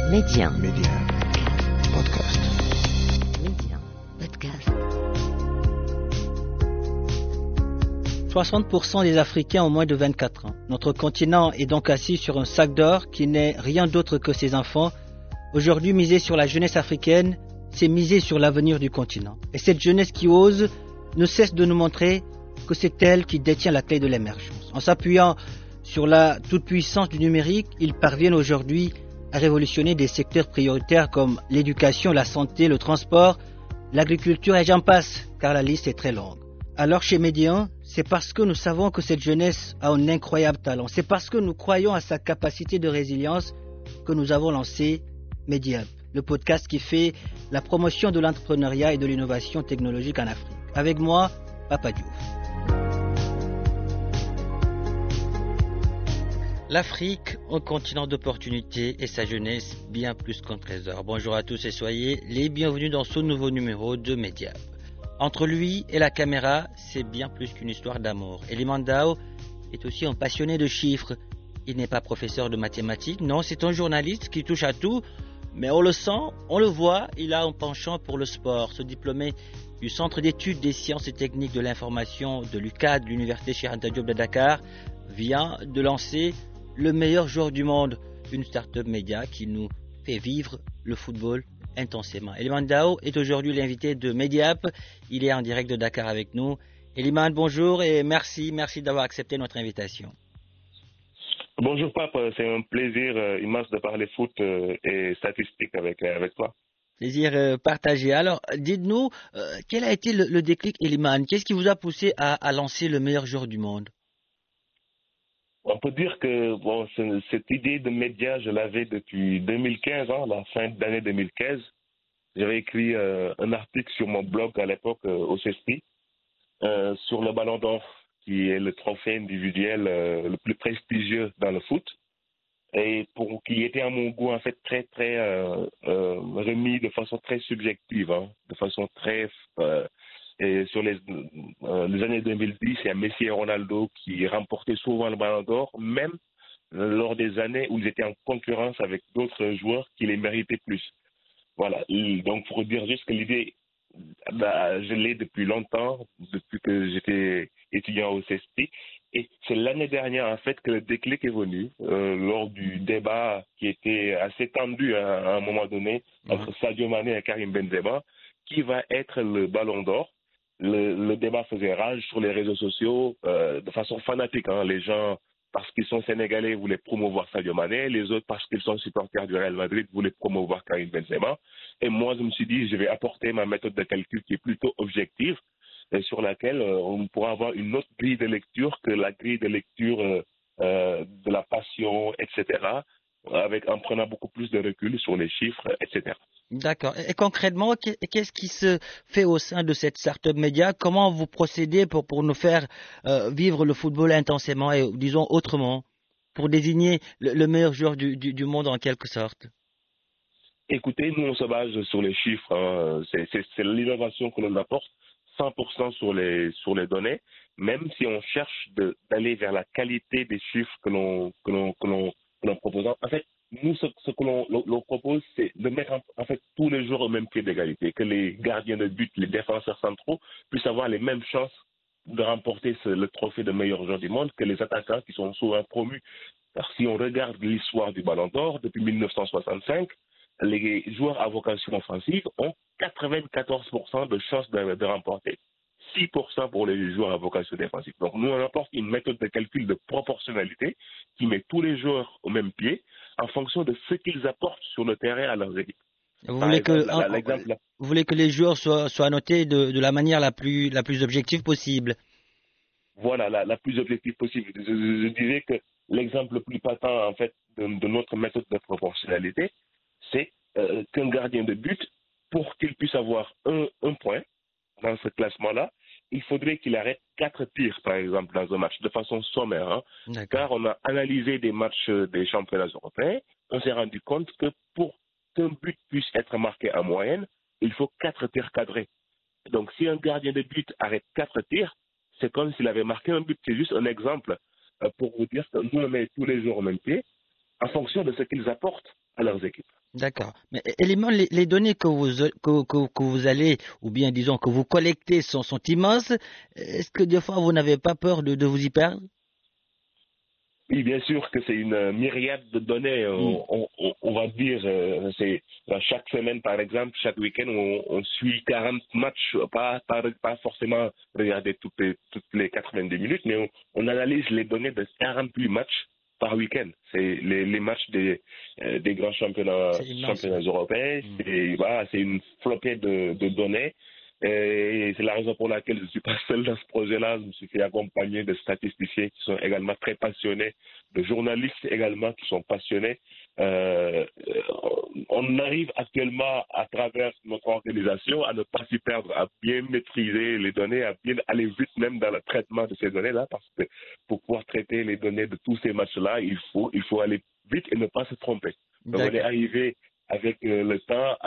Média. Média. Podcast. Média. Podcast. 60% des Africains ont moins de 24 ans. Notre continent est donc assis sur un sac d'or qui n'est rien d'autre que ses enfants. Aujourd'hui, miser sur la jeunesse africaine, c'est miser sur l'avenir du continent. Et cette jeunesse qui ose ne cesse de nous montrer que c'est elle qui détient la clé de l'émergence. En s'appuyant sur la toute-puissance du numérique, ils parviennent aujourd'hui à révolutionner des secteurs prioritaires comme l'éducation, la santé, le transport, l'agriculture et j'en passe, car la liste est très longue. Alors chez Média, c'est parce que nous savons que cette jeunesse a un incroyable talent, c'est parce que nous croyons à sa capacité de résilience que nous avons lancé Média, le podcast qui fait la promotion de l'entrepreneuriat et de l'innovation technologique en Afrique. Avec moi, Papa Diouf. L'Afrique, un continent d'opportunités et sa jeunesse bien plus qu'un trésor. Bonjour à tous et soyez les bienvenus dans ce nouveau numéro de Média. Entre lui et la caméra, c'est bien plus qu'une histoire d'amour. Eliman Dao est aussi un passionné de chiffres. Il n'est pas professeur de mathématiques, non, c'est un journaliste qui touche à tout, mais on le sent, on le voit, il a un penchant pour le sport. Ce diplômé du Centre d'études des sciences et techniques de l'information de l'UCAD, l'Université Cheikh Anta Diop de Dakar, vient de lancer le meilleur joueur du monde, une start-up média qui nous fait vivre le football intensément. Eliman Dao est aujourd'hui l'invité de Mediap. Il est en direct de Dakar avec nous. Eliman, bonjour et merci d'avoir accepté notre invitation. Bonjour Pape, c'est un plaisir immense de parler foot et statistiques avec toi. Plaisir partagé. Alors, dites-nous, quel a été le déclic, Eliman? Qu'est-ce qui vous a poussé à lancer le meilleur joueur du monde? On peut dire que cette idée de média, je l'avais depuis 2015, la fin d'année 2015. J'avais écrit un article sur mon blog à l'époque au CESPI sur le Ballon d'Or, qui est le trophée individuel le plus prestigieux dans le foot, et qui était à mon goût en fait très remis de façon très subjective, de façon très et sur les années 2010, il y a Messi et Ronaldo qui remportaient souvent le Ballon d'Or, même lors des années où ils étaient en concurrence avec d'autres joueurs qui les méritaient plus. Voilà. Donc, il faut dire juste que l'idée, je l'ai depuis longtemps, depuis que j'étais étudiant au CESPI. Et c'est l'année dernière, en fait, que le déclic est venu, lors du débat qui était assez tendu à un moment donné, entre Sadio Mané et Karim Benzema, qui va être le Ballon d'Or. Le débat faisait rage sur les réseaux sociaux de façon fanatique. Les gens, parce qu'ils sont sénégalais, voulaient promouvoir Sadio Mané. Les autres, parce qu'ils sont supporters du Real Madrid, voulaient promouvoir Karim Benzema. Et moi, je me suis dit, je vais apporter ma méthode de calcul qui est plutôt objective et sur laquelle on pourra avoir une autre grille de lecture que la grille de lecture de la passion, etc., en prenant beaucoup plus de recul sur les chiffres, etc. D'accord. Et concrètement, qu'est-ce qui se fait au sein de cette start-up média? Comment vous procédez pour nous faire vivre le football intensément et, disons, autrement, pour désigner le meilleur joueur du monde en quelque sorte? Écoutez, nous, on se base sur les chiffres. C'est l'innovation que l'on apporte, 100% sur les données, même si on cherche d'aller vers la qualité des chiffres que l'on propose. En fait, nous, ce que l'on propose, c'est de mettre en fait tous les joueurs au même pied d'égalité, que les gardiens de but, les défenseurs centraux puissent avoir les mêmes chances de remporter le trophée de meilleur joueur du monde que les attaquants qui sont souvent promus. Car si on regarde l'histoire du Ballon d'Or, depuis 1965, les joueurs à vocation offensive ont 94% de chances de remporter. 6% pour les joueurs à vocation défensive. Donc nous, on apporte une méthode de calcul de proportionnalité qui met tous les joueurs au même pied en fonction de ce qu'ils apportent sur le terrain à leurs équipes. Vous voulez que les joueurs soient notés de la manière la plus objective possible. Voilà, la plus objective possible. Je dirais que l'exemple le plus patent en fait de notre méthode de proportionnalité, c'est qu'un gardien de but, pour qu'il puisse avoir un point dans ce classement-là, il faudrait qu'il arrête 4 tirs, par exemple, dans un match, de façon sommaire. Car on a analysé des matchs des championnats européens, on s'est rendu compte que pour qu'un but puisse être marqué en moyenne, il faut 4 tirs cadrés. Donc, si un gardien de but arrête 4 tirs, c'est comme s'il avait marqué un but. C'est juste un exemple pour vous dire que nous, on met tous les jours au même pied en fonction de ce qu'ils apportent à leurs équipes. D'accord. Mais élément, les données que vous allez, ou bien disons que vous collectez sont immenses. Est-ce que des fois vous n'avez pas peur de vous y perdre? Oui, bien sûr que c'est une myriade de données. Hmm. On va dire, c'est chaque semaine, par exemple, chaque week-end, on suit 40 matchs, pas forcément regarder toutes les 90 minutes, mais on analyse les données de 48 matchs par week-end. C'est les matchs des grands C'est immense. championnats européens. Hmm. C'est une flopée de données. Et c'est la raison pour laquelle je ne suis pas seul dans ce projet-là. Je me suis fait accompagner de statisticiens qui sont également très passionnés, de journalistes également qui sont passionnés. On arrive actuellement, à travers notre organisation, à ne pas s'y perdre, à bien maîtriser les données, à bien aller vite même dans le traitement de ces données-là, parce que pour pouvoir traiter les données de tous ces matchs-là, il faut aller vite et ne pas se tromper. Donc on est D'accord. arrivé avec le temps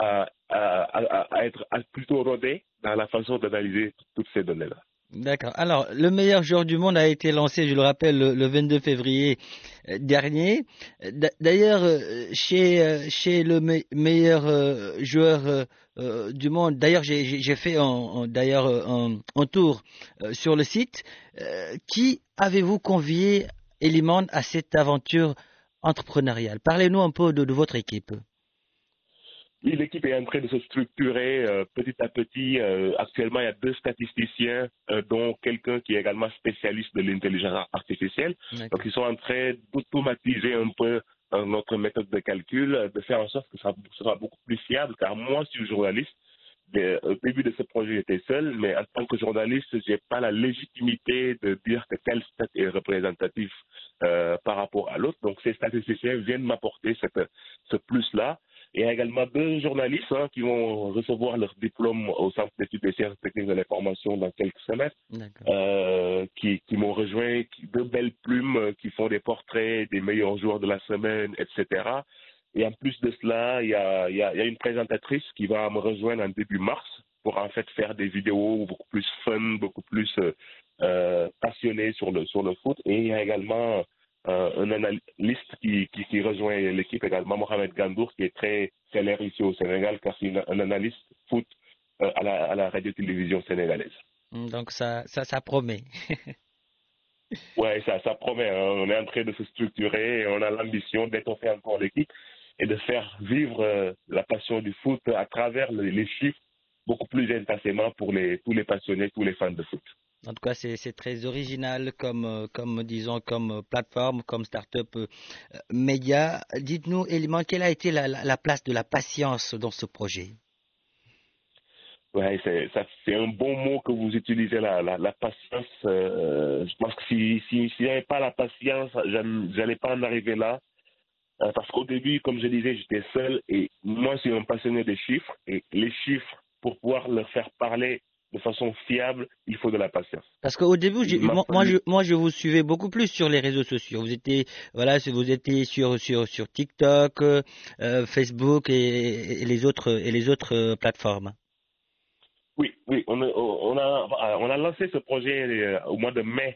à être plutôt rodé dans la façon d'analyser toutes ces données-là. D'accord. Alors, le meilleur joueur du monde a été lancé, je le rappelle, le 22 février dernier. D'ailleurs, chez le meilleur joueur du monde, d'ailleurs, j'ai fait d'ailleurs un tour sur le site. Qui avez-vous convié, Elimane, à cette aventure entrepreneuriale? Parlez-nous un peu de votre équipe. Oui, l'équipe est en train de se structurer petit à petit. Actuellement, il y a 2 statisticiens, dont quelqu'un qui est également spécialiste de l'intelligence artificielle. Donc, D'accord. ils sont en train d'automatiser un peu notre méthode de calcul, de faire en sorte que ça sera beaucoup plus fiable, car moi, je suis journaliste. Au début de ce projet, j'étais seul, mais en tant que journaliste, je n'ai pas la légitimité de dire que tel stat est représentatif par rapport à l'autre. Donc, ces statisticiens viennent m'apporter ce plus-là. Il y a également 2 journalistes qui vont recevoir leur diplôme au Centre d'études des sciences techniques de l'information dans quelques semaines, D'accord. qui m'ont rejoint, 2 belles plumes qui font des portraits des meilleurs joueurs de la semaine, etc. Et en plus de cela, il y a une présentatrice qui va me rejoindre en début mars pour en fait faire des vidéos beaucoup plus fun, beaucoup plus passionnées sur le foot. Et il y a également un analyste qui rejoint l'équipe également, Mohamed Gandour, qui est très célèbre ici au Sénégal, car c'est un analyste foot à la radio-télévision sénégalaise. Donc ça promet. Ouais, ça promet. Hein. On est en train de se structurer et on a l'ambition d'étoffer encore l'équipe et de faire vivre la passion du foot à travers les chiffres beaucoup plus intensément pour tous les passionnés, tous les fans de foot. En tout cas, c'est très original disons, comme plateforme, comme start-up média. Dites-nous, Eliman, quelle a été la place de la patience dans ce projet? Ouais, c'est un bon mot que vous utilisez là, la patience. Je pense que si j'avais pas la patience, j'allais pas en arriver là. Parce qu'au début, comme je disais, j'étais seul et moi, je suis un passionné des chiffres. Et les chiffres, pour pouvoir leur faire parler de façon fiable, il faut de la patience. Parce qu'au début, Il m'a moi, je vous suivais beaucoup plus sur les réseaux sociaux. Vous étiez sur TikTok, Facebook et les autres plateformes. Oui, on a lancé ce projet au mois de mai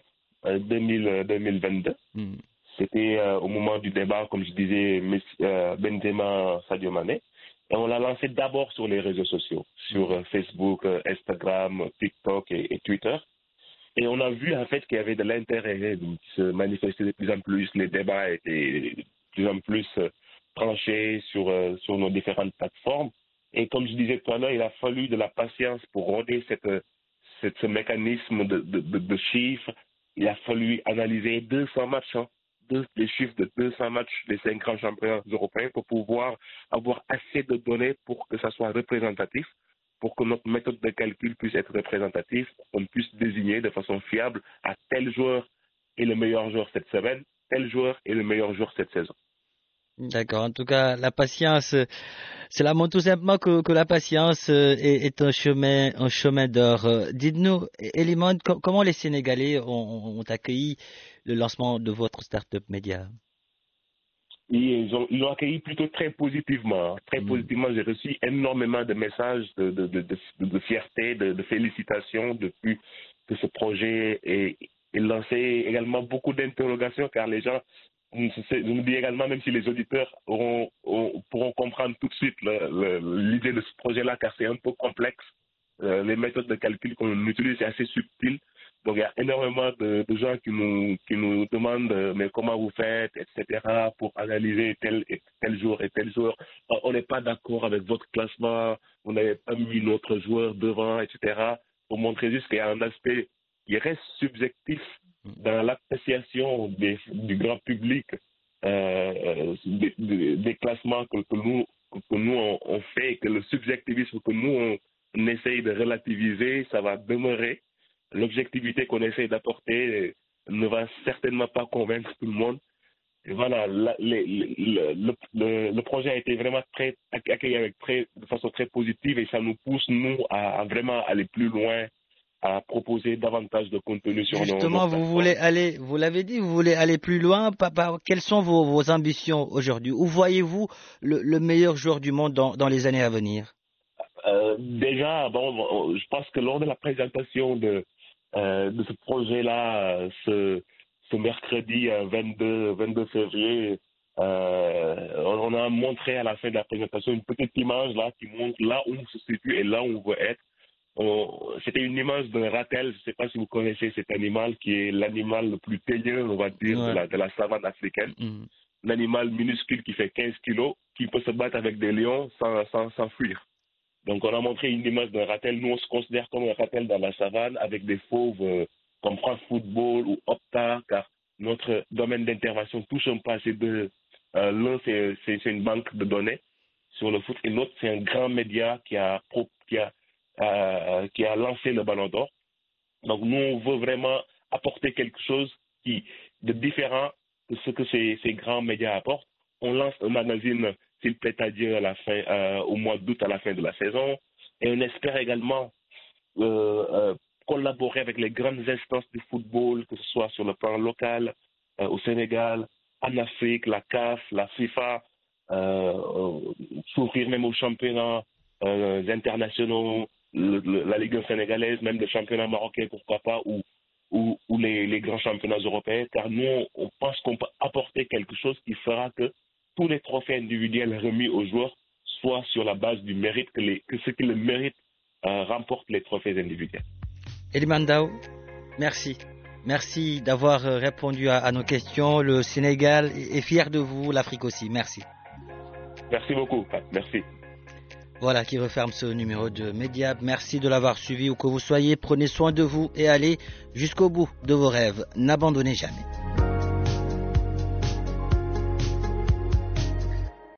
2022. Hmm. C'était au moment du débat, comme je disais, Benzema, Sadio Mané. Et on l'a lancé d'abord sur les réseaux sociaux, sur Facebook, Instagram, TikTok et Twitter. Et on a vu en fait qu'il y avait de l'intérêt qui se manifestait de plus en plus. Les débats étaient de plus en plus tranchés sur nos différentes plateformes. Et comme je disais tout à l'heure, il a fallu de la patience pour roder ce mécanisme de chiffres. Il a fallu analyser 200 matchs, les chiffres de 200 matchs des 5 grands championnats européens pour pouvoir avoir assez de données pour que ça soit représentatif, pour que notre méthode de calcul puisse être représentative, pour qu'on puisse désigner de façon fiable à tel joueur est le meilleur joueur cette semaine, tel joueur est le meilleur joueur cette saison. D'accord. En tout cas, la patience, cela montre tout simplement que la patience est un chemin d'or. Dites-nous, Elimane, comment les Sénégalais ont accueilli le lancement de votre start-up média? Ils l'ont accueilli plutôt très positivement. Très Hmm. positivement, j'ai reçu énormément de messages de fierté, de félicitations depuis que ce projet est lancé. Également beaucoup d'interrogations car les gens je me dis également, même si les auditeurs pourront comprendre tout de suite l'idée de ce projet-là, car c'est un peu complexe. Les méthodes de calcul qu'on utilise, c'est assez subtil. Donc, il y a énormément de gens qui nous demandent mais comment vous faites, etc., pour analyser tel jour et tel jour. On n'est pas d'accord avec votre classement, vous n'avez pas mis notre joueur devant, etc., pour montrer juste qu'il y a un aspect qui reste subjectif dans l'appréciation du grand public des classements que nous on fait, et que le subjectivisme que nous on essaye de relativiser, ça va demeurer. L'objectivité qu'on essaye d'apporter ne va certainement pas convaincre tout le monde. Et voilà, le projet a été vraiment accueilli de façon très positive, et ça nous pousse, nous, à vraiment aller plus loin, à proposer davantage de contenu sur nos Justement, vous l'avez dit, vous voulez aller plus loin. Quelles sont vos ambitions aujourd'hui? Où voyez-vous le meilleur joueur du monde dans les années à venir? Déjà, je pense que lors de la présentation de ce projet-là, ce mercredi 22 février, on a montré à la fin de la présentation une petite image là qui montre là où on se situe et là où on veut être. C'était une image d'un ratel. Je ne sais pas si vous connaissez cet animal, qui est l'animal le plus teigneux, on va dire, ouais, de la savane africaine. Un animal minuscule qui fait 15 kilos, qui peut se battre avec des lions sans fuir. Donc, on a montré une image d'un ratel. Nous, on se considère comme un ratel dans la savane, avec des fauves comme France Football ou Opta, car notre domaine d'intervention touche un peu à ces deux. L'un, c'est une banque de données sur le foot, et l'autre, c'est un grand média qui a lancé le Ballon d'Or. Donc, nous, on veut vraiment apporter quelque chose de différent de ce que ces grands médias apportent. On lance un magazine, s'il plaît à Dieu, au mois d'août, à la fin de la saison. Et on espère également collaborer avec les grandes instances du football, que ce soit sur le plan local, au Sénégal, en Afrique, la CAF, la FIFA, s'ouvrir même aux championnats internationaux, la Ligue sénégalaise, même le championnat marocain, pourquoi pas, ou les grands championnats européens, car nous, on pense qu'on peut apporter quelque chose qui fera que tous les trophées individuels remis aux joueurs soient sur la base du mérite, que ceux qui le méritent remportent les trophées individuels. Elimane Ndao, merci. Merci d'avoir répondu à nos questions. Le Sénégal est fier de vous, l'Afrique aussi. Merci. Merci beaucoup. Merci. Voilà qui referme ce numéro de Mediap. Merci de l'avoir suivi où que vous soyez. Prenez soin de vous et allez jusqu'au bout de vos rêves. N'abandonnez jamais.